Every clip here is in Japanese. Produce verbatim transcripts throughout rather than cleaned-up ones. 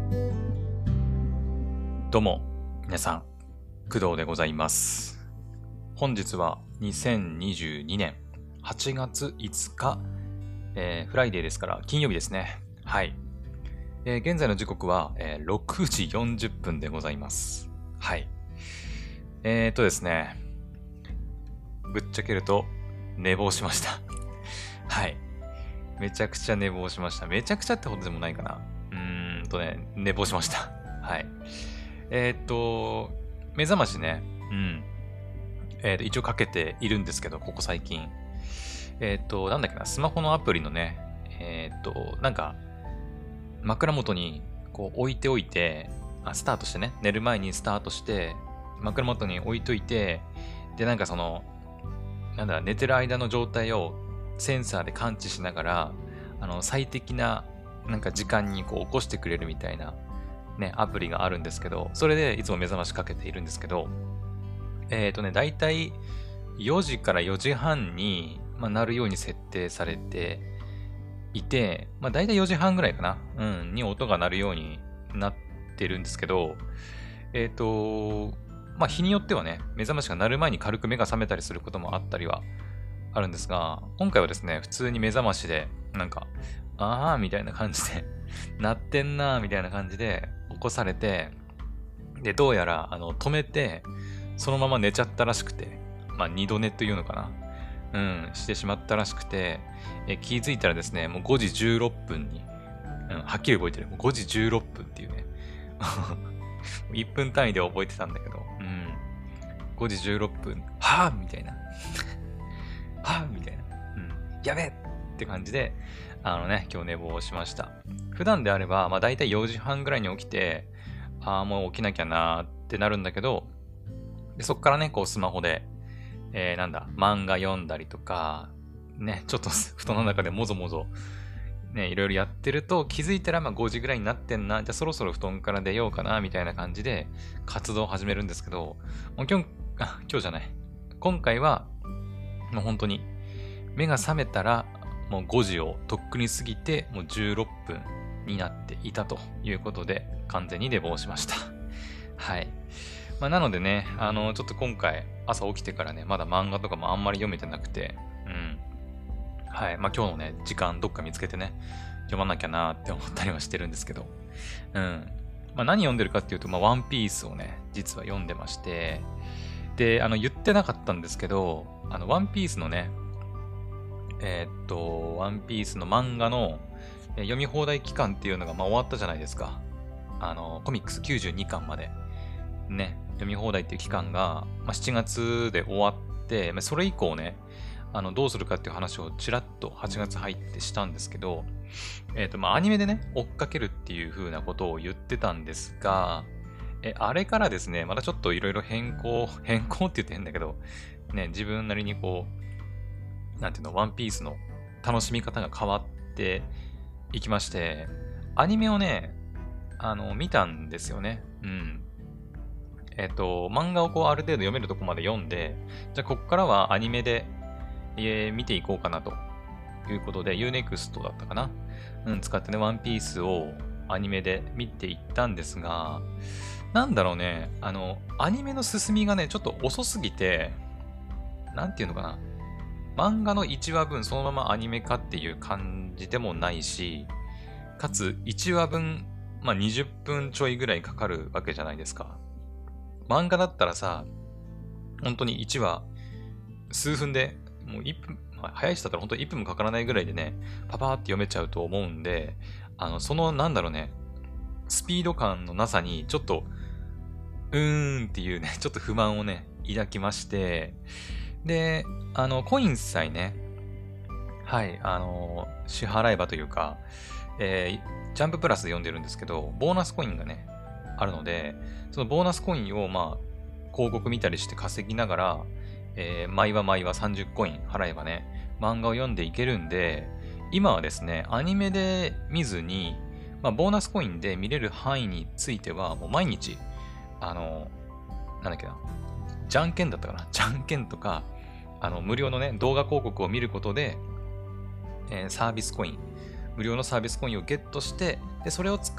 どうも、皆さん、工藤でございます。本日はにせんにじゅうにねんはちがついつか、えーフライデーですから金曜日ですね。はい。えー現在の時刻は、えーろくじよんじゅっぷんでございます。はい。えーとですね、ぶっちゃけると寝坊しました。はい。めちゃくちゃ寝坊しました。めちゃくちゃってほどでもないかな。うーんとね、寝坊しました。はい。えーっと、目覚ましね、うん。えーと、一応かけているんですけど、ここ最近。えーっと、なんだっけな、スマホのアプリのね、えーっと、なんか、枕元にこう置いておいて、あ、スタートしてね、寝る前にスタートして、枕元に置いといて、で、なんかその、なんだ、寝てる間の状態をセンサーで感知しながら、あの、最適な、なんか時間にこう起こしてくれるみたいな、ね、アプリがあるんですけど、それでいつも目覚ましかけているんですけど、えっとね、だいたいよじからよじはんに、まあ、なるように設定されていて、まあ、だいたいよじはんぐらいかな、うん、に音が鳴るようになってるんですけど、えっと、まあ、日によってはね、目覚ましが鳴る前に軽く目が覚めたりすることもあったりはあるんですが、今回はですね、普通に目覚ましで、なんか、あーみたいな感じで、鳴ってんなーみたいな感じで起こされて、で、どうやら、あの、止めて、そのまま寝ちゃったらしくて、まあ、二度寝というのかな。うん、してしまったらしくて、え気づいたらですね、もうごじじゅうろっぷんに、うん、はっきり覚えてる。もうごじじゅうろっぷんっていうね。いっぷん単位で覚えてたんだけど、うん。ごじじゅうろっぷん、はぁみたいな。はぁみたいな。うん。やべえって感じで、あのね、今日寝坊しました。普段であれば、まあ大体よじはんぐらいに起きて、ああ、もう起きなきゃなーってなるんだけど、でそっからね、こうスマホで、えー、なんだ、漫画読んだりとか、ね、ちょっと布団の中でもぞもぞ、ね、いろいろやってると、気づいたらまあごじぐらいになってんな、じゃあそろそろ布団から出ようかな、みたいな感じで活動を始めるんですけど、もう今日、あ、今日じゃない。今回は、もう本当に、目が覚めたら、もうごじをとっくに過ぎて、もうじゅうろっぷんになっていたということで、完全に寝坊しました。はい。まあ、なのでね、あの、ちょっと今回、朝起きてからね、まだ漫画とかもあんまり読めてなくて、うん。はい。まあ、今日のね、時間どっか見つけてね、読まなきゃなーって思ったりはしてるんですけど、うん。まあ、何読んでるかっていうと、まあ、ワンピースをね、実は読んでまして、で、あの、言ってなかったんですけど、あの、ワンピースのね、えーっと、ワンピースの漫画のえー読み放題期間っていうのが、まあ、終わったじゃないですか。あの、コミックスきゅうじゅうにかんまで。ね、読み放題っていう期間が、まあ、しちがつで終わって、まあ、それ以降ね、あの、どうするかっていう話をちらっとはちがつ入ってしたんですけど、えっと、まあ、アニメでね、追っかけるっていう風なことを言ってたんですが、え、あれからですね、またちょっといろいろ変更、変更って言って変だけど、ね、自分なりにこう、なんていうの、ワンピースの楽しみ方が変わっていきまして、アニメをね、あの、見たんですよね。うん。えっと、漫画をこうある程度読めるとこまで読んで、じゃあこっからはアニメで、えー見ていこうかなということで、ユーネクスト だったかな、うん、使ってね、ワンピースをアニメで見ていったんですが、なんだろうね、あの、アニメの進みがね、ちょっと遅すぎて、なんていうのかな、漫画のいちわぶんそのままアニメ化っていう感じでもないし、かついちわぶん、まあにじゅっぷんちょいぐらいかかるわけじゃないですか。漫画だったらさ、本当にいちわ数分で、もういっぷん、まあ早い人だったら本当にいっぷんもかからないぐらいでね、パパーって読めちゃうと思うんで、あの、そのなんだろうね、スピード感のなさにちょっと、うーんっていうね、ちょっと不満をね、抱きまして、で、あの、コインさえね、はい、あの、支払えばというか、えージャンププラスで読んでるんですけど、ボーナスコインがね、あるので、そのボーナスコインを、まあ、広告見たりして稼ぎながら、えー毎話毎話さんじゅうコイン払えばね、漫画を読んでいけるんで、今はですね、アニメで見ずに、まあ、ボーナスコインで見れる範囲については、もう毎日、あの、なんだっけな、じゃんけんだったかな、じゃんけんとか、あの、無料のね、動画広告を見ることで、えーサービスコイン、無料のサービスコインをゲットして、で、それを使っ 、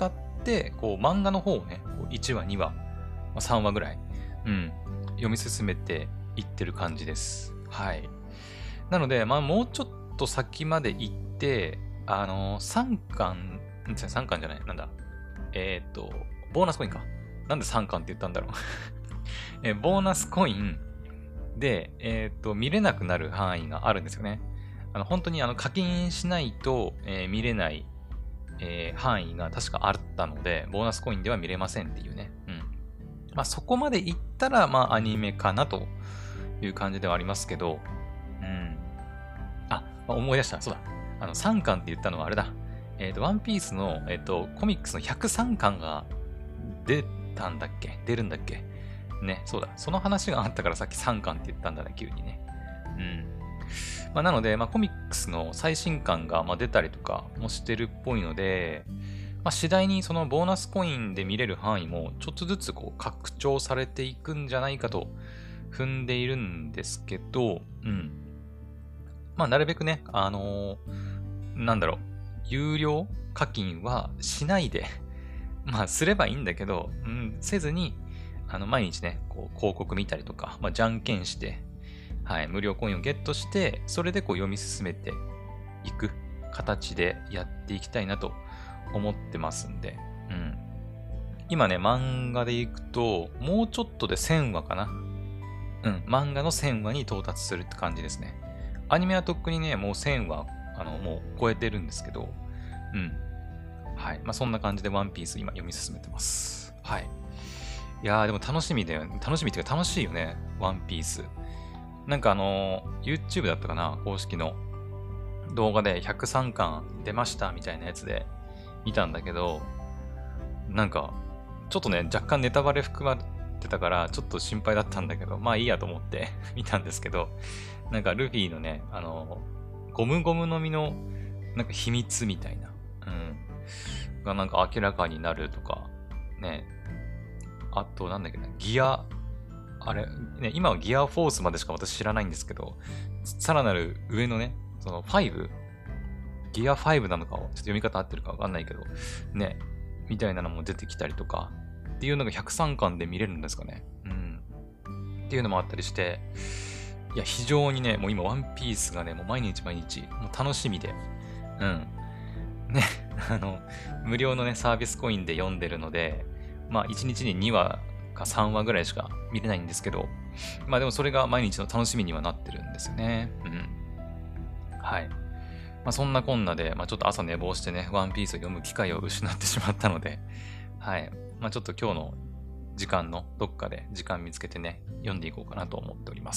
こう漫画の方をね、こういちわ、にわ、まあ、さんわぐらい、うん、読み進めていってる感じです。はい。なので、まあもうちょっと先まで行って、あのー、さんかん、さんかんじゃない、なんだ。えっ、ー、と、ボーナスコインか。なんでさんかんって言ったんだろう、えー。ボーナスコインで、えっ、ー、と、見れなくなる範囲があるんですよね。あの本当にあの課金しないと、えー、見れない、えー、範囲が確かあったので、ボーナスコインでは見れませんっていうね。うん。まあそこまで行ったら、まあアニメかなという感じではありますけど、うん。あ、まあ、思い出した。そうだ。あの、さんかんって言ったのはあれだ。えっ、ー、と、ワンピースの、えっ、ー、と、コミックスのひゃくさんかんが出たんだっけ出るんだっけね、そうだ。その話があったからさっきさんかんって言ったんだね、急にね。うん。まあ、なので、まあ、コミックスの最新刊がまあ出たりとかもしてるっぽいので、まあ、次第にそのボーナスコインで見れる範囲もちょっとずつこう拡張されていくんじゃないかと踏んでいるんですけど、うん。まあ、なるべくね、あのー、なんだろう、有料課金はしないで、まあ、すればいいんだけど、うん、せずに、あの、毎日ね、こう、広告見たりとか、まあ、じゃんけんして、はい、無料コインをゲットして、それでこう読み進めていく形でやっていきたいなと思ってますんで、うん。今ね、漫画でいくと、もうちょっとでせんわかな。うん、漫画のせんわに到達するって感じですね。アニメはとっくにね、もうせんわ、あの、もう超えてるんですけど、うん。はい。まあ、そんな感じでワンピース今読み進めてます。はい。いやー、でも楽しみだよね。楽しみっていうか楽しいよね。ワンピース。なんかあのー、YouTube だったかな公式の動画でひゃくさんかん出ましたみたいなやつで見たんだけど、なんか、ちょっとね、若干ネタバレ含まれてたから、ちょっと心配だったんだけど、まあいいやと思って見たんですけど、なんかルフィのね、あのー、ゴムゴムの実の、なんか秘密みたいな、うん、がなんか明らかになるとか、ね、あとなんだっけな、ギア、あれ、ね、今はギアフォースまでしか私知らないんですけど、さらなる上のね、そのご、ギアごなのかを、ちょっと読み方合ってるかわかんないけど、ね、みたいなのも出てきたりとか、っていうのがひゃくさんかんで見れるんですかね。うん。っていうのもあったりして、いや、非常にね、もう今ワンピースがね、もう毎日毎日、もう楽しみで、うん。ね、あの、無料のね、サービスコインで読んでるので、まあ、いちにちににわかさんわぐらいしか見れないんですけど、まあでもそれが毎日の楽しみにはなってるんですよね。うん。はい。まあそんなこんなで、まあちょっと朝寝坊してね、ワンピースを読む機会を失ってしまったので、はい。まあちょっと今日の時間のどっかで時間見つけてね、読んでいこうかなと思っております。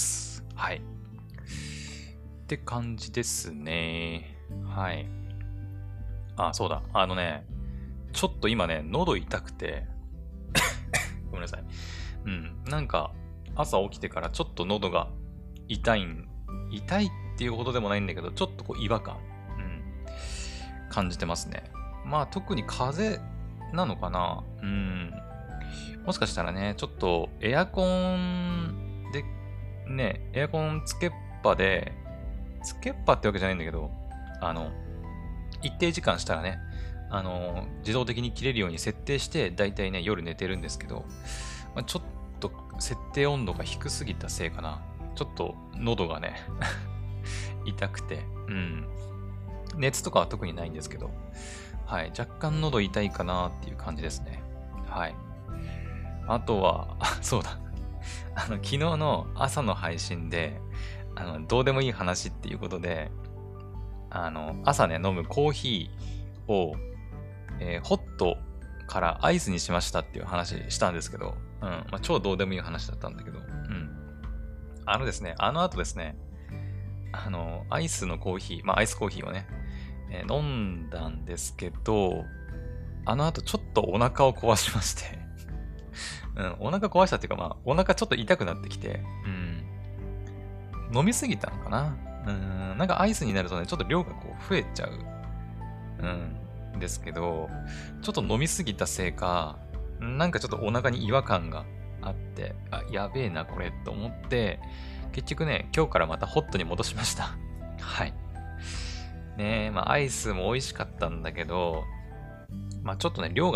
はい。って感じですね。はい。あ、そうだ。あのね、ちょっと今ね、喉痛くて、ごめんなさい。うん。なんか、朝起きてからちょっと喉が痛いん、痛いっていうほどでもないんだけど、ちょっとこう違和感、うん、感じてますね。まあ特に風邪なのかな。うん。もしかしたらね、ちょっとエアコンで、ね、エアコンつけっぱで、つけっぱってわけじゃないんだけど、あの、一定時間したらね、あの、自動的に切れるように設定して、だいたいね、夜寝てるんですけど、まあ、ちょっと設定温度が低すぎたせいかな。ちょっと喉がね、痛くて、うん。熱とかは特にないんですけど、はい、若干喉痛いかなっていう感じですね。はい。あとは、あ、そうだ。あの、昨日の朝の配信で、あの、どうでもいい話っていうことで、あの、朝ね、飲むコーヒーを、えー、ホットからアイスにしましたっていう話したんですけど、うん、まあ、超どうでもいい話だったんだけど、うん。あのですね、あの後ですね、あの、アイスのコーヒー、まあ、アイスコーヒーをね、えー、飲んだんですけど、あの後ちょっとお腹を壊しまして、うん、お腹壊したっていうか、まあ、お腹ちょっと痛くなってきて、うん、飲みすぎたのかな。うん、なんかアイスになるとね、ちょっと量がこう増えちゃう。うん、ですけど、ちょっと飲みすぎたせいか、なんかちょっとお腹に違和感があって、あ、やべえな、これ、と思って、結局ね、今日からまたホットに戻しました。はい。ねえ、まあアイスも美味しかったんだけど、まあちょっとね、量が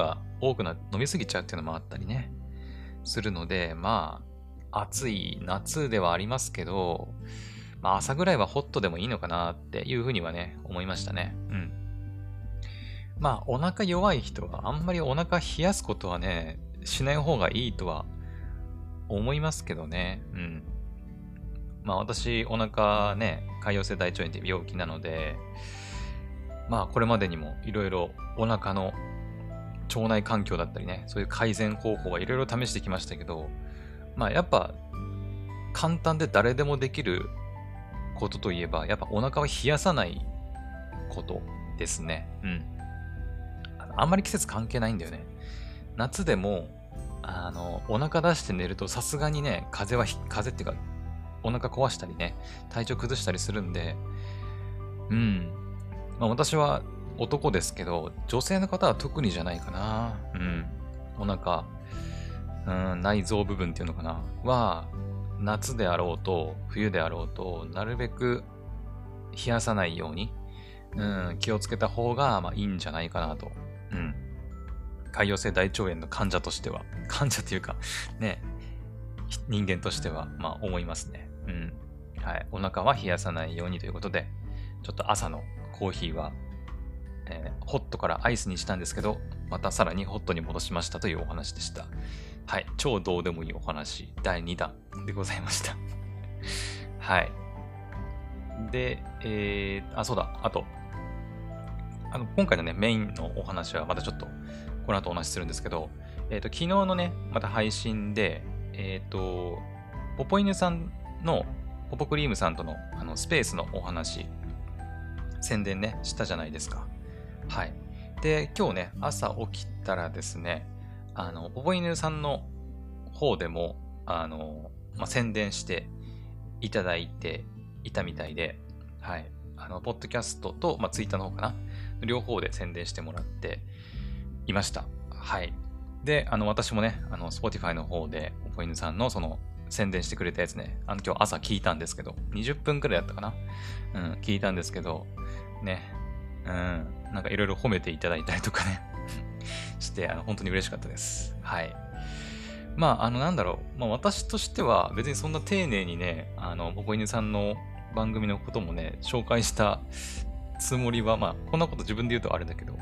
多くな、飲みすぎちゃうっていうのもあったりね、するので、まあ、暑い夏ではありますけど、まあ朝ぐらいはホットでもいいのかなっていうふうにはね、思いましたね。うん。まあお腹弱い人はあんまりお腹冷やすことはね、しない方がいいとは思いますけどね。うん。まあ私、お腹ね、潰瘍性大腸炎っていう病気なので、まあこれまでにもいろいろお腹の腸内環境だったりね、そういう改善方法はいろいろ試してきましたけど、まあやっぱ簡単で誰でもできることといえば、やっぱお腹を冷やさないことですね。うん。あのあんまり季節関係ないんだよね。夏でも、あの、お腹出して寝るとさすがにね、風邪はひ、風邪っていうか、お腹壊したりね、体調崩したりするんで、うん。まあ私は男ですけど、女性の方は特にじゃないかな。うん。お腹、うん、内臓部分っていうのかな。は、夏であろうと、冬であろうと、なるべく冷やさないように、うん、気をつけた方が、まあいいんじゃないかなと。うん。潰瘍性大腸炎の患者としては、患者というか、ね、人間としては、まあ思いますね。うん。はい。お腹は冷やさないようにということで、ちょっと朝のコーヒーは、えーホットからアイスにしたんですけど、またさらにホットに戻しましたというお話でした。はい。超どうでもいいお話、だいにだんでございました。はい。で、えー、あ、そうだ。あと、あの、今回のね、メインのお話はまたちょっと、この後お話しするんですけど、えっと、昨日のね、また配信で、えっと、ポポイヌさんの、ポポクリームさんとの、あの、スペースのお話、宣伝ね、したじゃないですか。はい。で、今日ね、朝起きたらですね、あの、ポポイヌさんの方でも、あの、まあ、宣伝していただいていたみたいで、はい。あの、ポッドキャストと、まあ、ツイッターの方かな。両方で宣伝してもらっていました。はい。で、あの、私もね、あの、Spotify の方で、ポポイヌさんのその、宣伝してくれたやつね、あの、今日朝聞いたんですけど、にじゅっぷんくらいだったかな。うん、聞いたんですけど、ね、うん、なんかいろいろ褒めていただいたりとかね、して、あの、本当に嬉しかったです。はい。まあ、あの、なんだろう。まあ、私としては別にそんな丁寧にね、あの、ポポイヌさんの番組のこともね、紹介したつもりは、まあ、こんなこと自分で言うとあれだけど、うん。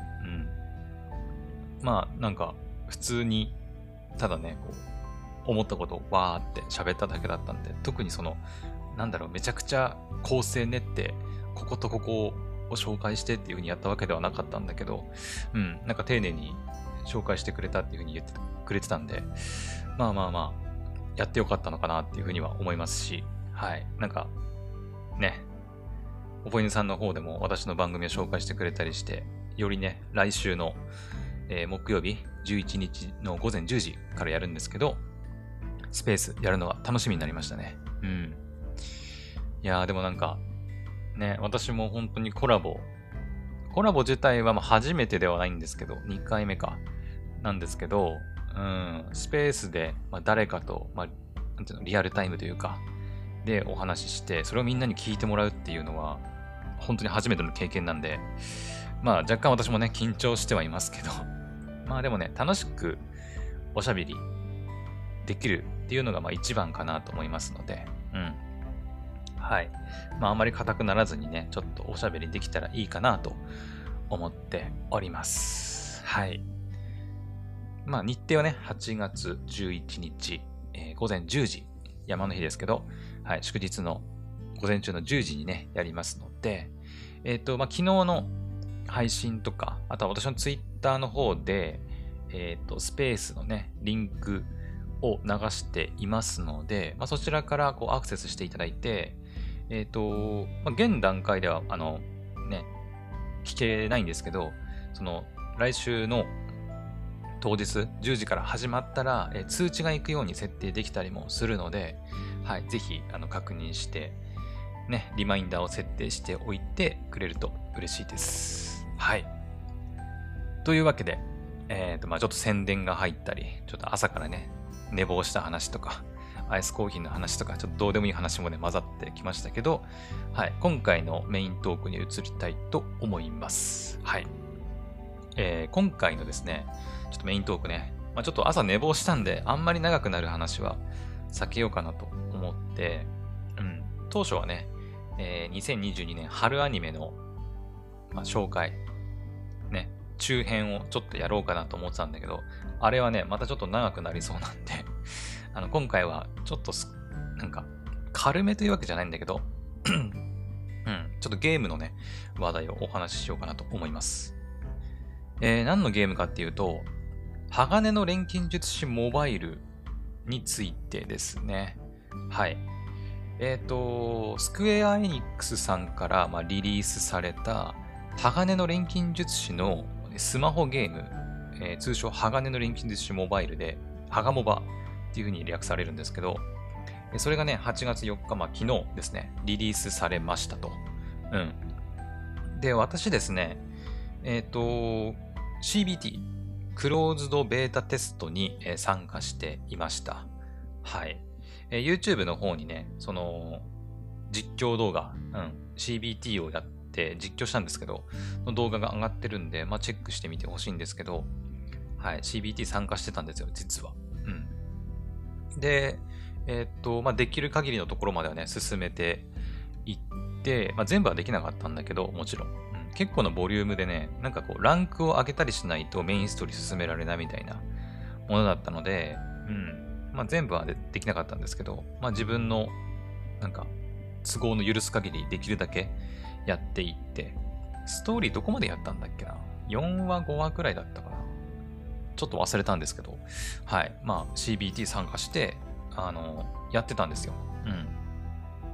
まあ、なんか、普通に、ただね、こう、思ったことをわーって喋っただけだったんで、特にその、なんだろう、めちゃくちゃ構成練って、こことここを紹介してっていう風にやったわけではなかったんだけど、うん、なんか丁寧に紹介してくれたっていう風に言ってくれてたんで、まあまあまあ、やってよかったのかなっていう風には思いますし、はい、なんか、ね、おぽいぬさんの方でも私の番組を紹介してくれたりして、よりね、来週の、えー木曜日じゅういちにちのごぜんじゅうじからやるんですけど、スペースやるのが楽しみになりましたね。うん。いやーでもなんか、ね、私も本当にコラボ、コラボ自体はまあ初めてではないんですけど、にかいめか、なんですけど、うん、スペースで、まあ、誰かと、まあ、なんていうの、リアルタイムというか、でお話しして、それをみんなに聞いてもらうっていうのは、本当に初めての経験なんで、まあ若干私もね、緊張してはいますけど、まあでもね、楽しくおしゃべりできるっていうのがまあ一番かなと思いますので、うん。はい。まああまり硬くならずにね、ちょっとおしゃべりできたらいいかなと思っております。はい。まあ日程はね、はちがつじゅういちにち、えー午前じゅうじ、山の日ですけど、はい、祝日の午前中のじゅうじにね、やりますので、えっと、まあ昨日の配信とか、あとは私のツイッターの方で、えっと、スペースのね、リンクを流していますので、まあ、そちらからこうアクセスしていただいて、えっと、まあ、現段階では、あの、ね、聞けないんですけど、その、来週の当日じゅうじから始まったら、えー通知が行くように設定できたりもするので、はい、ぜひあの確認して、ね、リマインダーを設定しておいてくれると嬉しいです。はい。というわけで、えっと、まあちょっと宣伝が入ったり、ちょっと朝からね、寝坊した話とか、アイスコーヒーの話とか、ちょっとどうでもいい話もね、混ざってきましたけど、はい、今回のメイントークに移りたいと思います。はい。 えー今回のですね、ちょっとメイントークね、まあ、ちょっと朝寝坊したんで、あんまり長くなる話は避けようかなと思って、うん、当初はね、えーにせんにじゅうにねん春アニメの、まあ、紹介、ね、中編をちょっとやろうかなと思ってたんだけど、あれはね、またちょっと長くなりそうなんで、あの、今回はちょっとす、なんか、軽めというわけじゃないんだけど、うん、ちょっとゲームのね、話題をお話ししようかなと思います。えー何のゲームかっていうと、鋼の錬金術師モバイルについてですね。はい。えっ、と、スクエア・エニックスさんから、まあ、リリースされた、鋼の錬金術師のスマホゲーム、えー通称鋼の錬金術師モバイルで、ハガモバっていう風に略されるんですけど、えそれがね、はちがつよっか、まあ、昨日ですね、リリースされましたと。うん。で、私ですね、えっ、と、シービーティー、クローズドベータテストにえー参加していました。はい。えー YouTube の方にね、その、実況動画、うん、シービーティー をやって実況したんですけど、の動画が上がってるんで、まあ、チェックしてみてほしいんですけど、はい、シービーティー 参加してたんですよ、実は。うん。で、えーっと、まあ、できる限りのところまではね、進めていって、まあ、全部はできなかったんだけど、もちろん。うん、結構なボリュームでね、なんかこう、ランクを上げたりしないとメインストーリー進められないみたいなものだったので、うん。まあ、全部はでできなかったんですけど、まあ、自分の、なんか、都合の許す限りできるだけやっていって、ストーリーどこまでやったんだっけな ?よん 話、ごわくらいだったかな。ちょっと忘れたんですけど、はい。まあ、シービーティー 参加して、あの、やってたんですよ。うん。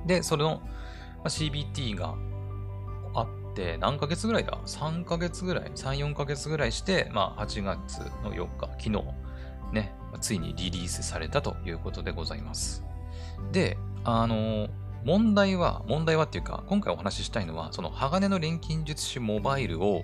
で、それの、まあ、シービーティー があって、何ヶ月ぐらいだ ?さん ヶ月ぐらい ?さん、よんかげつぐらいして、まあ、はちがつのよっか、昨日、ね、ついにリリースされたということでございます。で、あの、問題は、問題はっていうか、今回お話ししたいのは、その鋼の錬金術師モバイルを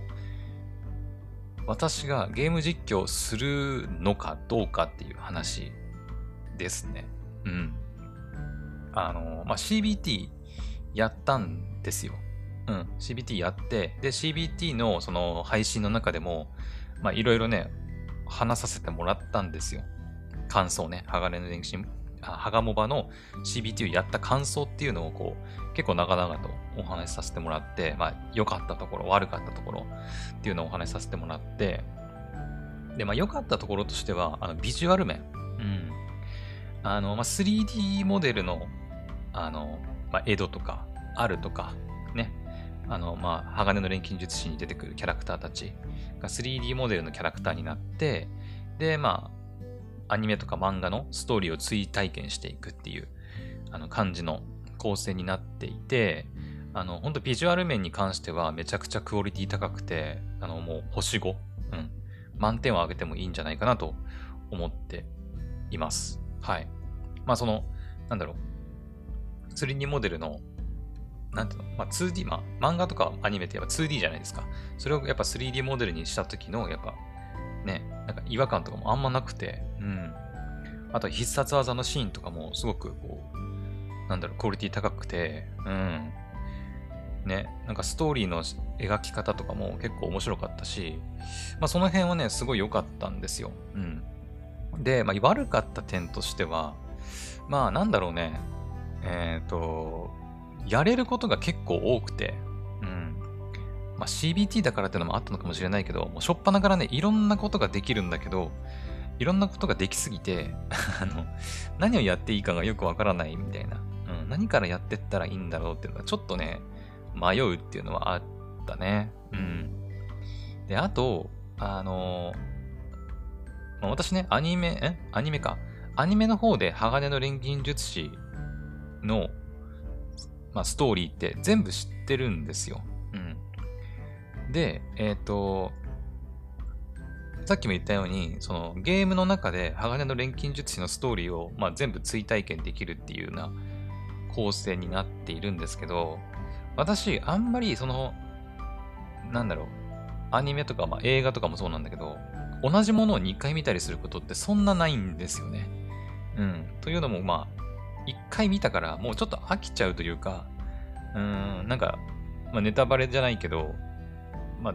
私がゲーム実況するのかどうかっていう話ですね。うん。あの、まあ、シービーティー やったんですよ。うん。シービーティー やって、で、シービーティー のその配信の中でも、まあ、いろいろね、話させてもらったんですよ。感想ね。鋼の錬金、あハガモバの シービーティー をやった感想っていうのをこう、結構長々とお話しさせてもらって、まあ、良かったところ、悪かったところっていうのをお話しさせてもらって、で、まあ、良かったところとしては、あの、ビジュアル面。うん。あの、まあ、スリーディー モデルの、あの、まあ、江戸とか、あるとか、ね。あの、まあ、鋼の錬金術師に出てくるキャラクターたちが スリーディー モデルのキャラクターになって、で、まあ、アニメとか漫画のストーリーを追体験していくっていう、あの、感じの構成になっていて、あの、本当ビジュアル面に関してはめちゃくちゃクオリティ高くて、あの、もう星ご、うん、満点を上げてもいいんじゃないかなと思っています。はい。まあ、その、なんだろう、スリーディー モデルの、なんていうの、まあ、ツーディー、まあ、漫画とかアニメってやっぱ ツーディー じゃないですか。それをやっぱ スリーディー モデルにした時の、やっぱ、ね、なんか違和感とかもあんまなくて、うん。あと必殺技のシーンとかもすごくこう、なんだろう、クオリティ高くて、うん。ね、なんかストーリーの描き方とかも結構面白かったし、まあその辺はね、すごい良かったんですよ。うん。で、まあ悪かった点としては、まあなんだろうね、えっと、やれることが結構多くて、うん。まあ シービーティー だからってのもあったのかもしれないけど、もうしょっぱなからね、いろんなことができるんだけど、いろんなことができすぎて、あの、何をやっていいかがよくわからないみたいな、うん、何からやってったらいいんだろうっていうのがちょっとね、迷うっていうのはあったね。うん。で、あと、あのまあ、私ね、アニメ、えアニメか。アニメの方で鋼の錬金術師の、まあ、ストーリーって全部知ってるんですよ。うん。で、えっ、と、さっきも言ったように、そのゲームの中で鋼の錬金術師のストーリーを、まあ、全部追体験できるっていうような構成になっているんですけど、私、あんまりその、なんだろう、アニメとか、まあ、映画とかもそうなんだけど、同じものをにかい見たりすることってそんなないんですよね。うん。というのも、まあ、いっかい見たからもうちょっと飽きちゃうというか、うーん、なんか、まあ、ネタバレじゃないけど、まあ、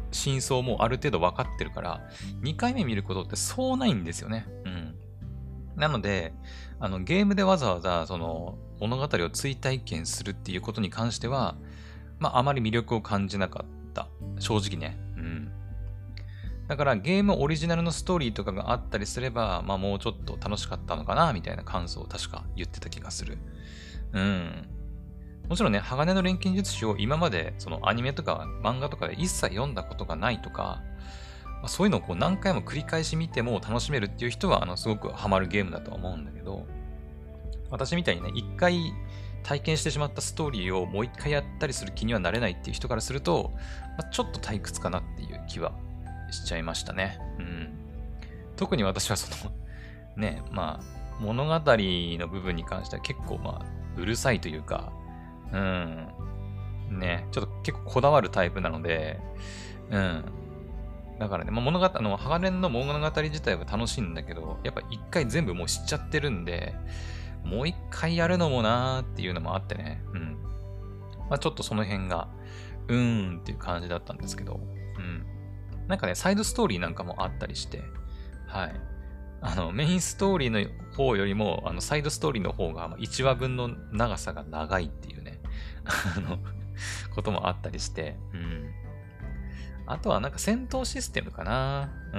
真相もある程度分かってるから、にかいめ見ることってそうないんですよね。うん。なので、あの、ゲームでわざわざ、その、物語を追体験するっていうことに関しては、まあ、あまり魅力を感じなかった。正直ね。うん。だから、ゲームオリジナルのストーリーとかがあったりすれば、まあ、もうちょっと楽しかったのかな、みたいな感想を確か言ってた気がする。うん。もちろんね、鋼の錬金術師を今までそのアニメとか漫画とかで一切読んだことがないとか、まあ、そういうのをこう何回も繰り返し見ても楽しめるっていう人はあのすごくハマるゲームだとは思うんだけど、私みたいにね、一回体験してしまったストーリーをもう一回やったりする気にはなれないっていう人からすると、まあ、ちょっと退屈かなっていう気はしちゃいましたね。うん。特に私はその、ね、まあ、物語の部分に関しては結構まあ、うるさいというか、うん。ね、ちょっと結構こだわるタイプなので、うん。だからね、まあ、物語、あの、鋼の物語自体は楽しいんだけど、やっぱ一回全部もう知っちゃってるんで、もう一回やるのもなーっていうのもあってね、うん。まあ、ちょっとその辺が、うーんっていう感じだったんですけど、うん。なんかね、サイドストーリーなんかもあったりして、はい。あの、メインストーリーの方よりも、あの、サイドストーリーの方がいちわぶんの長さが長いっていうね、あの、こともあったりして、うん。あとはなんか戦闘システムかな。うん。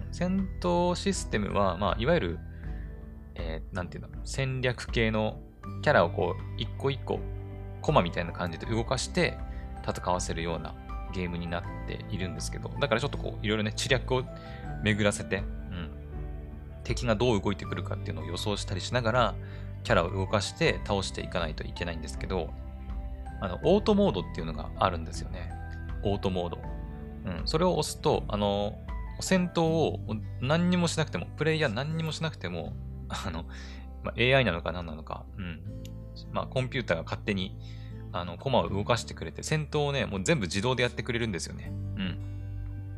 戦闘システムは、まあ、いわゆる、えー、なんていうの、戦略系のキャラをこう、一個一個、コマみたいな感じで動かして戦わせるようなゲームになっているんですけど、だからちょっとこう、いろいろね、知略を巡らせて、うん。敵がどう動いてくるかっていうのを予想したりしながら、キャラを動かして倒していかないといけないんですけど、あの、オートモードっていうのがあるんですよね。オートモード。うん。それを押すと、あの、戦闘を何にもしなくても、プレイヤー何にもしなくても、あの、まあ、エーアイ なのか何なのか、うん。まあ、コンピューターが勝手に、あの、コマを動かしてくれて、戦闘をね、もう全部自動でやってくれるんですよね。うん。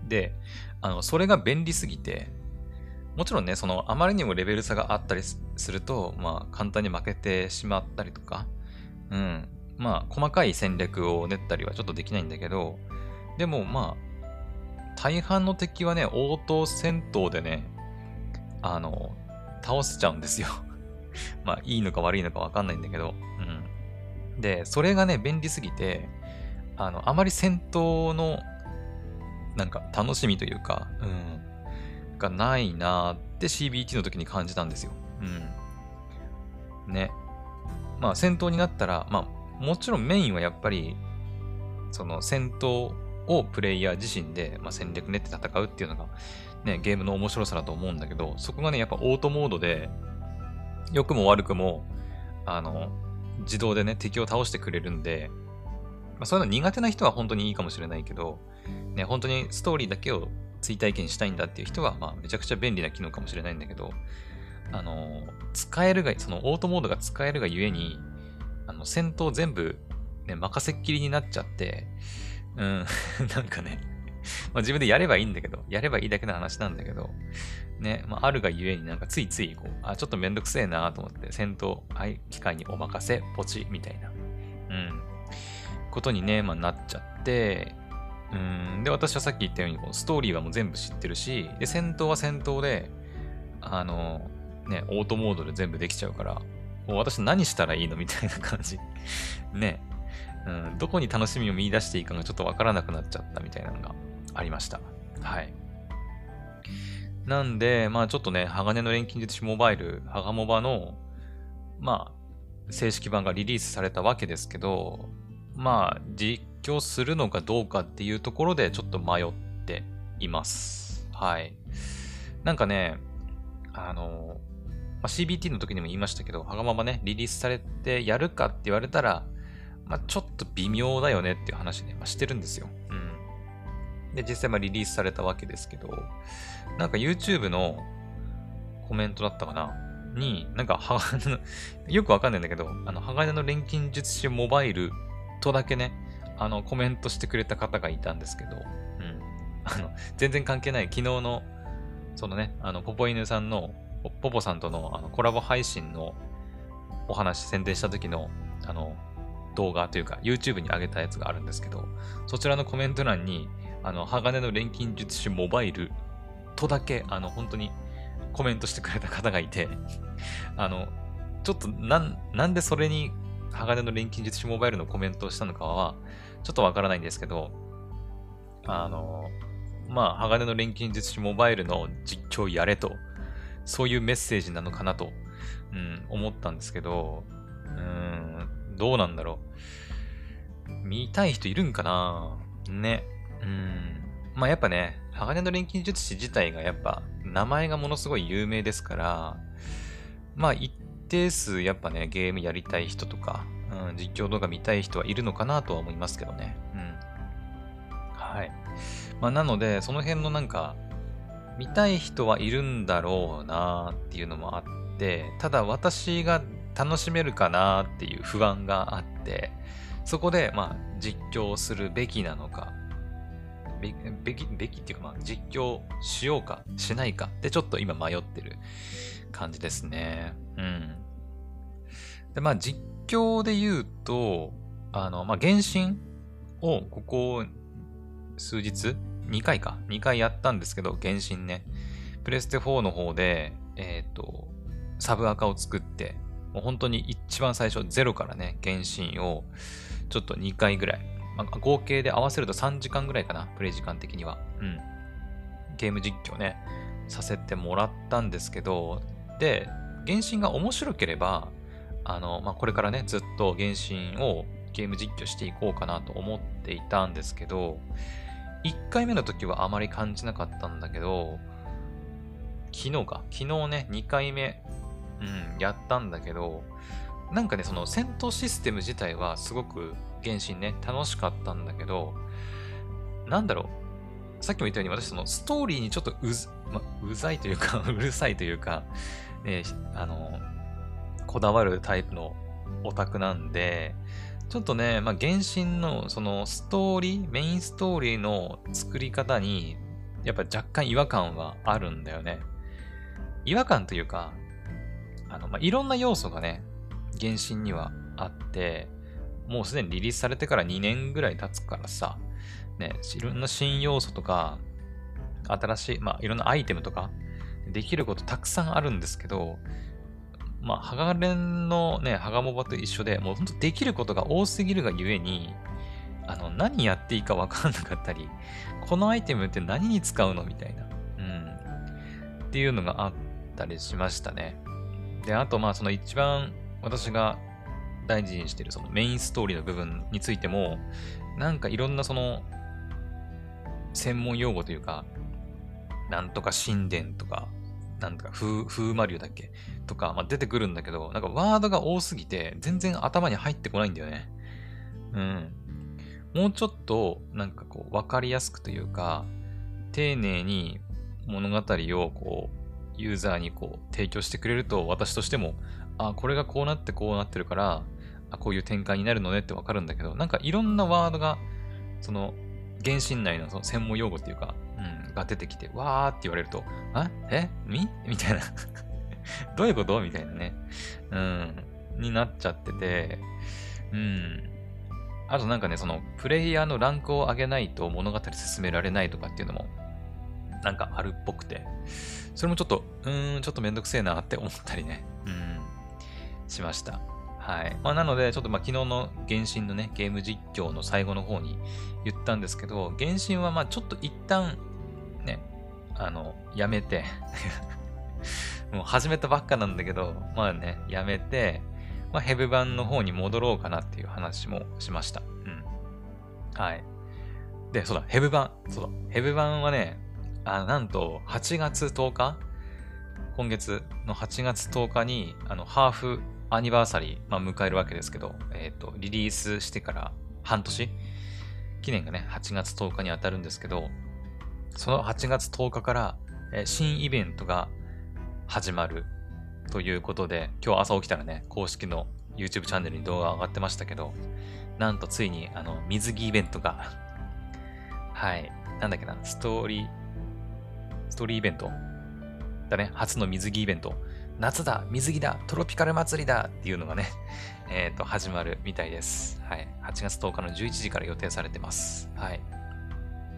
で、あの、それが便利すぎて、もちろんね、その、あまりにもレベル差があったりすると、まあ、簡単に負けてしまったりとか、うん。まあ、細かい戦略を練ったりはちょっとできないんだけど、でも、まあ、大半の敵はね、応答戦闘でね、あの、倒せちゃうんですよ。まあ、いいのか悪いのかわかんないんだけど、うん。で、それがね、便利すぎて、あの、あまり戦闘の、なんか、楽しみというか、うん、がないなーって シービーティー の時に感じたんですよ。うん。ね。まあ、戦闘になったら、まあ、もちろんメインはやっぱり、その戦闘をプレイヤー自身で、まあ、戦略練って戦うっていうのが、ね、ゲームの面白さだと思うんだけど、そこがね、やっぱオートモードで、良くも悪くも、あの、自動でね、敵を倒してくれるんで、まあ、そういうの苦手な人は本当にいいかもしれないけど、ね、本当にストーリーだけを追体験したいんだっていう人は、まあ、めちゃくちゃ便利な機能かもしれないんだけど、あの、使えるが、そのオートモードが使えるがゆえに、あの、戦闘全部、ね、任せっきりになっちゃって、うん、なんかね、まあ、自分でやればいいんだけど、やればいいだけの話なんだけど、ね、まあ、あるがゆえになんかついつい、こう、あ、ちょっとめんどくせえなと思って、戦闘、はい、機械にお任せ、ポチ、みたいな、うん、ことにね、まあ、なっちゃって、うん、で、私はさっき言ったように、こうストーリーはもう全部知ってるし、で、戦闘は戦闘で、あの、ね、オートモードで全部できちゃうから、もう私何したらいいのみたいな感じ。ね、うん、どこに楽しみを見出していいかがちょっとわからなくなっちゃったみたいなのがありました。はい。なんで、まあちょっとね、鋼の錬金術師モバイル、ハガモバの、まあ、正式版がリリースされたわけですけど、まあ、実況するのかどうかっていうところでちょっと迷っています。はい。なんかね、あの、まあ、シービーティー の時にも言いましたけど、ハガモバね、リリースされてやるかって言われたら、まあちょっと微妙だよねっていう話ね、まあ、してるんですよ。うん。で、実際まあリリースされたわけですけど、なんか YouTube のコメントだったかなに、なんか鋼の、よくわかんないんだけど、あの、鋼の錬金術師モバイルとだけね、あの、コメントしてくれた方がいたんですけど、うん。あの、全然関係ない昨日の、そのね、あの、ポポ犬さんの、ポポさんとのあのコラボ配信のお話、宣伝した時の、あの、動画というか YouTube に上げたやつがあるんですけど、そちらのコメント欄に、 あの、鋼の錬金術師モバイルとだけ、あの、本当にコメントしてくれた方がいて、あの、ちょっとなん、なんでそれに鋼の錬金術師モバイルのコメントをしたのかは、ちょっとわからないんですけど、あの、まあ、鋼の錬金術師モバイルの実況やれと、そういうメッセージなのかなと、うん、思ったんですけど、うーん、どうなんだろう。見たい人いるんかなね。うん。まあやっぱね、鋼の錬金術師自体がやっぱ名前がものすごい有名ですから、まあ一定数やっぱね、ゲームやりたい人とか、うん、実況動画見たい人はいるのかなとは思いますけどね。うん。はい。まあなので、その辺のなんか、見たい人はいるんだろうなっていうのもあって、ただ私が楽しめるかなっていう不安があって、そこで、まあ、実況するべきなのか、べべき、べきっていうか、まあ、実況しようか、しないかってちょっと今迷ってる感じですね。うん。で、まあ、実況で言うと、あの、まあ、原神をここ数日にかいか。にかいやったんですけど、原神ね。プレステフォーの方で、えっと、サブアカを作って、もう本当に一番最初、ゼロからね、原神をちょっとにかいぐらい。まあ、合計で合わせるとさんじかんぐらいかな。プレイ時間的には。うん。ゲーム実況ね、させてもらったんですけど、で、原神が面白ければ、あの、まあ、これからね、ずっと原神をゲーム実況していこうかなと思っていたんですけど、いっかいめの時はあまり感じなかったんだけど、昨日か。昨日ね、にかいめ、うん、やったんだけど、なんかね、その戦闘システム自体はすごく原神ね、楽しかったんだけど、なんだろう。さっきも言ったように私そのストーリーにちょっとうず、ま、うざいというかうるさいというか、ね、あの、こだわるタイプのオタクなんで、ちょっとね、まあ、原神のそのストーリー、メインストーリーの作り方に、やっぱ若干違和感はあるんだよね。違和感というか、あの、まあ、いろんな要素がね、原神にはあって、もうすでにリリースされてからにねんぐらい経つからさ、ね、いろんな新要素とか、新しい、まあ、いろんなアイテムとか、できることたくさんあるんですけど、まあ、ハガレンのね、ハガモバと一緒で、もう本当できることが多すぎるがゆえに、あの、何やっていいか分かんなかったり、このアイテムって何に使うのみたいな、うん、っていうのがあったりしましたね。で、あと、まあ、その一番私が大事にしているそのメインストーリーの部分についても、なんかいろんなその、専門用語というか、なんとか神殿とか、なんとか風、風魔流だっけとか、まあ、出てくるんだけど、なんかワードが多すぎて、全然頭に入ってこないんだよね。うん。もうちょっと、なんかこう、わかりやすくというか、丁寧に物語をこう、ユーザーにこう、提供してくれると、私としても、あ、これがこうなってこうなってるから、あ、こういう展開になるのねってわかるんだけど、なんかいろんなワードが、その、原神内のその専門用語っていうか、うん、が出てきて、わーって言われると、あえみみたいな。どういうことみたいなね。うん。になっちゃってて、うん。あとなんかね、その、プレイヤーのランクを上げないと物語進められないとかっていうのも、なんかあるっぽくて、それもちょっと、うーん、ちょっとめんどくせえなって思ったりね、うん、しました。はい。まあ、なので、ちょっとまあ昨日の原神のね、ゲーム実況の最後の方に言ったんですけど、原神はまあちょっと一旦、ね、あの、やめて、もう始めたばっかなんだけど、まあね、やめて、まあ、ヘブ版の方に戻ろうかなっていう話もしました。うん。はい。で、そうだ、ヘブ版。そうだ、ヘブ版はね、あなんとはちがつとおか、今月のはちがつとおかに、あの、ハーフアニバーサリー、まあ、迎えるわけですけど、えっと、リリースしてから半年記念がね、はちがつとおかに当たるんですけど、そのはちがつとおかから、えー新イベントが始まるということで、今日朝起きたらね、公式の YouTube チャンネルに動画上がってましたけど、なんとついに、あの、水着イベントが、はい、なんだっけな、ストーリー、ストーリーイベントだね、初の水着イベント、夏だ、水着だ、トロピカル祭りだっていうのがね、えっと、始まるみたいです。はい、はちがつとおかのじゅういちじから予定されてます。はい。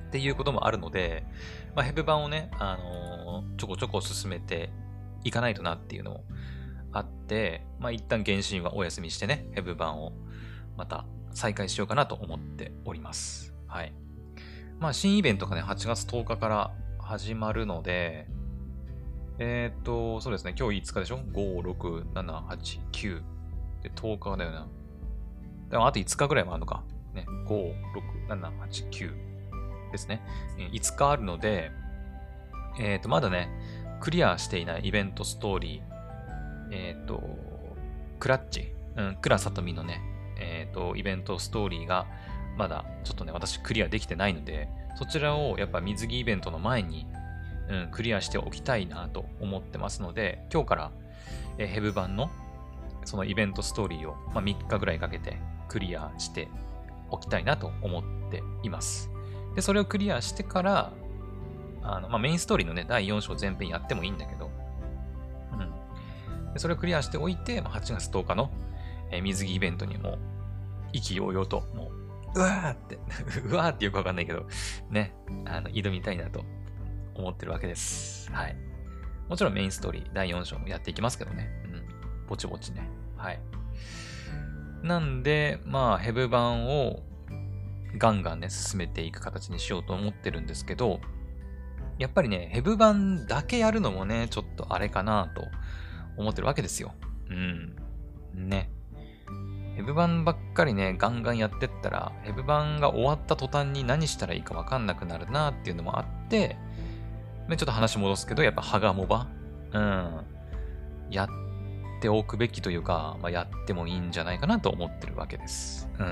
っていうこともあるので、まあ、ヘブ版をね、あのーちょこちょこ進めていかないとなっていうのもあって、まあ、一旦原神はお休みしてね、ヘブ版をまた再開しようかなと思っております。はい。まあ、新イベントがね、はちがつとおかから始まるので、えーっと、そうですね、今日いつかでしょ ?ご、ろく、なな、はち、きゅう。で、とおかだよな。でもあといつかぐらいもあるのか。ね、ご、ろく、なな、はち、きゅうですね。いつかあるので、えーっと、まだね、クリアしていないイベントストーリー、えーっと、クラッチ、うん、クラサトミのね、えーっと、イベントストーリーが、まだちょっとね、私クリアできてないので、そちらをやっぱ水着イベントの前に、うん、クリアしておきたいなと思ってますので、今日から、えーヘブ版のそのイベントストーリーを、まあ、みっかぐらいかけてクリアしておきたいなと思っています。で、それをクリアしてから、あのまあ、メインストーリーのね、だいよん章全編やってもいいんだけど、うん。でそれをクリアしておいて、まあ、はちがつとおかの、えー水着イベントにも意気揚々と、もう、うわーって、うわーってよくわかんないけど、ね、あの挑みたいなと思ってるわけです。はい。もちろんメインストーリーだいよん章もやっていきますけどね。うん。ぼちぼちね。はい。なんで、まあ、ヘブ版をガンガンね、進めていく形にしようと思ってるんですけど、やっぱりね、ヘブ版だけやるのもね、ちょっとあれかなと思ってるわけですよ。うん。ね。ヘブ版ばっかりね、ガンガンやってったら、ヘブ版が終わった途端に何したらいいかわかんなくなるなっていうのもあって、ちょっと話戻すけど、やっぱハガモバ、うん、やっておくべきというか、まあ、やってもいいんじゃないかなと思ってるわけです。うん。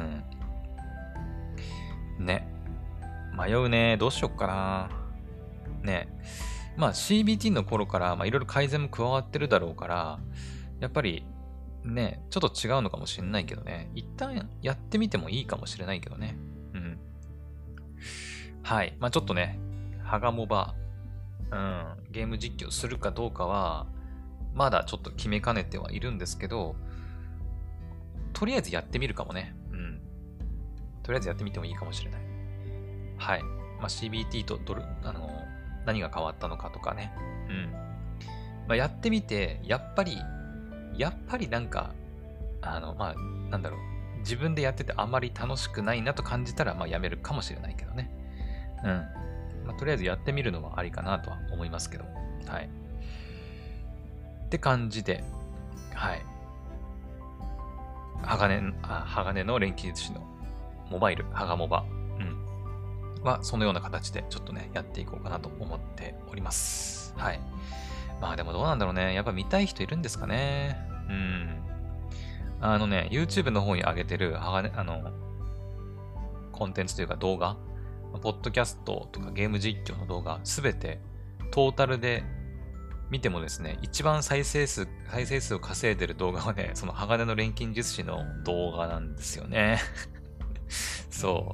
ね。迷うね。どうしよっかな。ね。まあ シービーティー の頃から、まあいろいろ改善も加わってるだろうから、やっぱりね、ちょっと違うのかもしれないけどね。一旦やってみてもいいかもしれないけどね。うん。はい。まあちょっとね、ハガモバ、うん、ゲーム実況するかどうかは、まだちょっと決めかねてはいるんですけど、とりあえずやってみるかもね。うん。とりあえずやってみてもいいかもしれない。はい。まあ、シービーティー とどれ、あの、何が変わったのかとかね。うん。まあ、やってみて、やっぱり、やっぱりなんか、あの、まあ、なんだろう。自分でやっててあまり楽しくないなと感じたら、まあ、やめるかもしれないけどね。うん。まあ、とりあえずやってみるのはありかなとは思いますけど。はい。って感じで、はい。鋼、あ、鋼の錬金術師のモバイル、ハガモバ、うん。は、そのような形でちょっとね、やっていこうかなと思っております。はい。まあでもどうなんだろうね。やっぱ見たい人いるんですかね。うん。あのね、YouTube の方に上げてる、鋼、あの、コンテンツというか動画、ポッドキャストとかゲーム実況の動画、すべてトータルで見てもですね、一番再生数、再生数を稼いでる動画はね、その鋼の錬金術師の動画なんですよね。そう。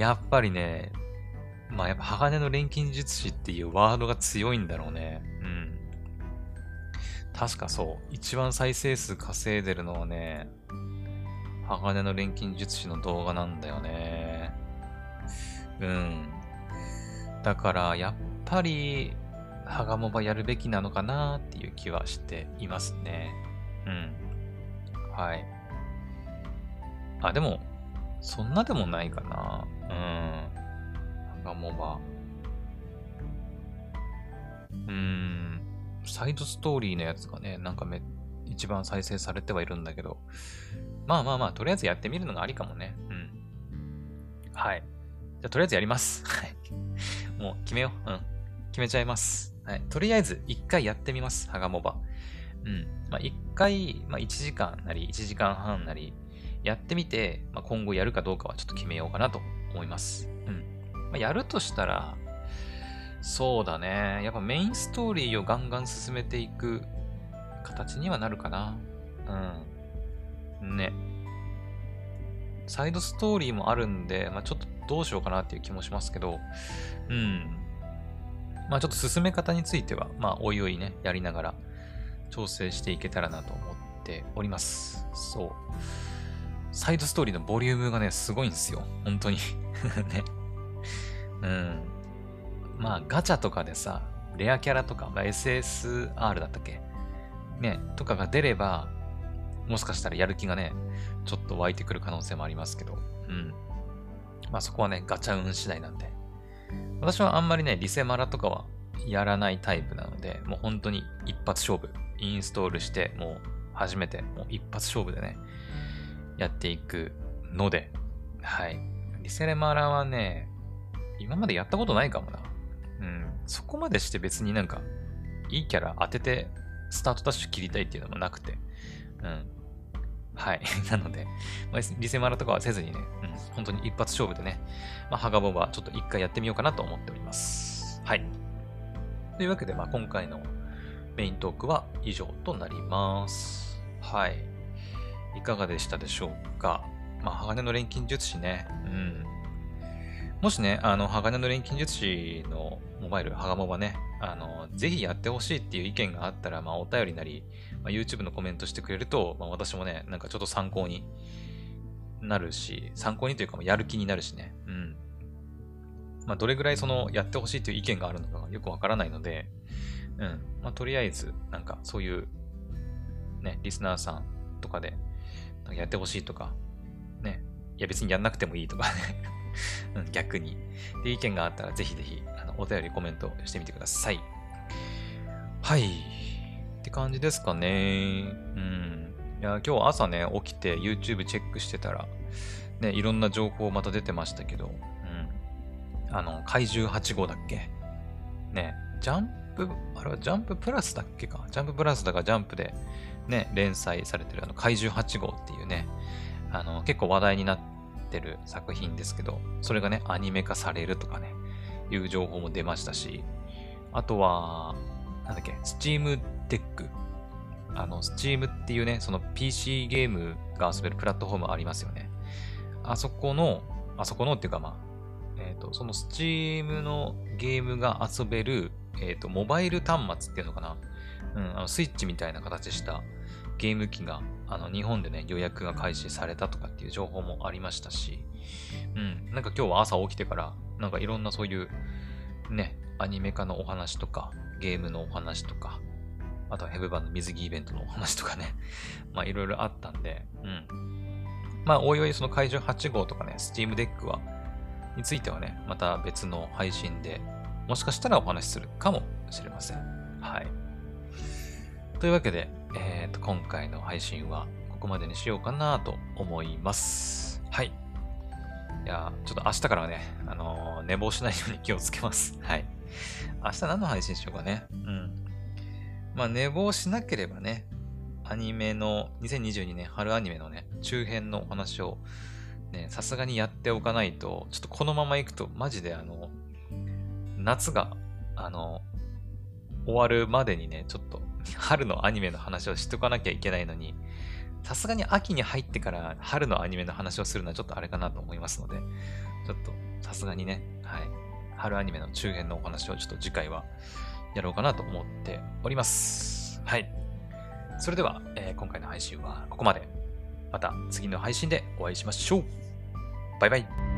やっぱりね、まあやっぱ鋼の錬金術師っていうワードが強いんだろうね。うん。確かそう。一番再生数稼いでるのはね、鋼の錬金術師の動画なんだよね。うん。だからやっぱり、ハガモバやるべきなのかなっていう気はしていますね。うん。はい。あ、でも、そんなでもないかな。うん。ハガモバ。うーん。サイドストーリーのやつがね、なんかめ、一番再生されてはいるんだけど。まあまあまあ、とりあえずやってみるのがありかもね。うん。はい。じゃあ、とりあえずやります。はい。もう決めよう。うん。決めちゃいます。はい。とりあえず、一回やってみます。ハガモバ。うん。まあ、一回、まあ、いちじかんなり、いちじかんはんなり、やってみて、まあ、今後やるかどうかはちょっと決めようかなと思います。うん。まあ、やるとしたら、そうだね。やっぱメインストーリーをガンガン進めていく形にはなるかな。うん。ね。サイドストーリーもあるんで、まあ、ちょっとどうしようかなっていう気もしますけど、うん。まあちょっと進め方については、まあおいおいね、やりながら調整していけたらなと思っております。そう。サイドストーリーのボリュームがね、すごいんですよ。本当に。ね。 うん。まあ、ガチャとかでさ、レアキャラとか、まあ、エスエスアール だったっけね、とかが出れば、もしかしたらやる気がね、ちょっと湧いてくる可能性もありますけど、うん。まあそこはね、ガチャ運次第なんで。私はあんまりね、リセマラとかはやらないタイプなので、もう本当に一発勝負、インストールして、もう初めて、もう一発勝負でね、やっていくので、はい。リセマラはね、今までやったことないかもな。うん。そこまでして別になんか、いいキャラ当てて、スタートダッシュ切りたいっていうのもなくて、うん。はい。なので、まあ、リセマラとかはせずにね、うん、本当に一発勝負でね、まあ、ハガボはちょっと一回やってみようかなと思っております。はい。というわけで、まあ、今回のメイントークは以上となります。はい。いかがでしたでしょうか。まあ、鋼の錬金術師ね。うん。もしね、あの、鋼の錬金術師のモバイル、ハガモバね、あの、ぜひやってほしいっていう意見があったら、まあ、お便りなり、まあ、YouTube のコメントしてくれると、まあ、私もね、なんかちょっと参考になるし、参考にというか、やる気になるしね。うん。まあ、どれぐらいその、やってほしいという意見があるのかよくわからないので、うん。まあ、とりあえず、なんか、そういう、ね、リスナーさんとかで、やってほしいとか、ね、いや別にやんなくてもいいとかね、うん、逆に。で、意見があったら、ぜひぜひ、あの、お便り、コメントしてみてください。はい。って感じですかね。うん。いや、今日朝ね、起きて YouTube チェックしてたら、ね、いろんな情報また出てましたけど、うん。あの、怪獣はち号だっけね、ジャンプ、あれはジャンププラスだっけかジャンププラスだかジャンプで、ね、連載されてるあの、怪獣はち号っていうね、あの、結構話題になってる作品ですけど、それがね、アニメ化されるとかね、いう情報も出ましたし、あとは、なんだっけ、Steam Deck。あの、Steam っていうね、その ピーシー ゲームが遊べるプラットフォームありますよね。あそこの、あそこのっていうかまあ、えっと、その Steam のゲームが遊べる、えっと、モバイル端末っていうのかな。うん、あの、スイッチみたいな形したゲーム機が、あの、日本でね、予約が開始されたとかっていう情報もありましたし、うん、なんか今日は朝起きてから、なんかいろんなそういう、ね、アニメ化のお話とか、ゲームのお話とか、あとはヘブ版の水着イベントのお話とかね、まあいろいろあったんで、うん。まあおいおいその怪獣はち号とかね、Steam Deck は、についてはね、また別の配信で、もしかしたらお話しするかもしれません。はい。というわけで、えっと、今回の配信はここまでにしようかなと思います。はい。いや、ちょっと明日からはね、あのー寝坊しないように気をつけます。はい。明日何の配信しようかね。うん。まあ、寝坊しなければね、アニメの、にせんにじゅうにねん春アニメのね、中編のお話を、ね、さすがにやっておかないと、ちょっとこのまま行くと、マジであの、夏が、あの、終わるまでにね、ちょっと、春のアニメの話をしとかなきゃいけないのに、さすがに秋に入ってから春のアニメの話をするのはちょっとあれかなと思いますので、ちょっと、さすがにね、はい。春アニメの中編のお話をちょっと次回はやろうかなと思っております。はい。それでは、えー今回の配信はここまで。また次の配信でお会いしましょう。バイバイ。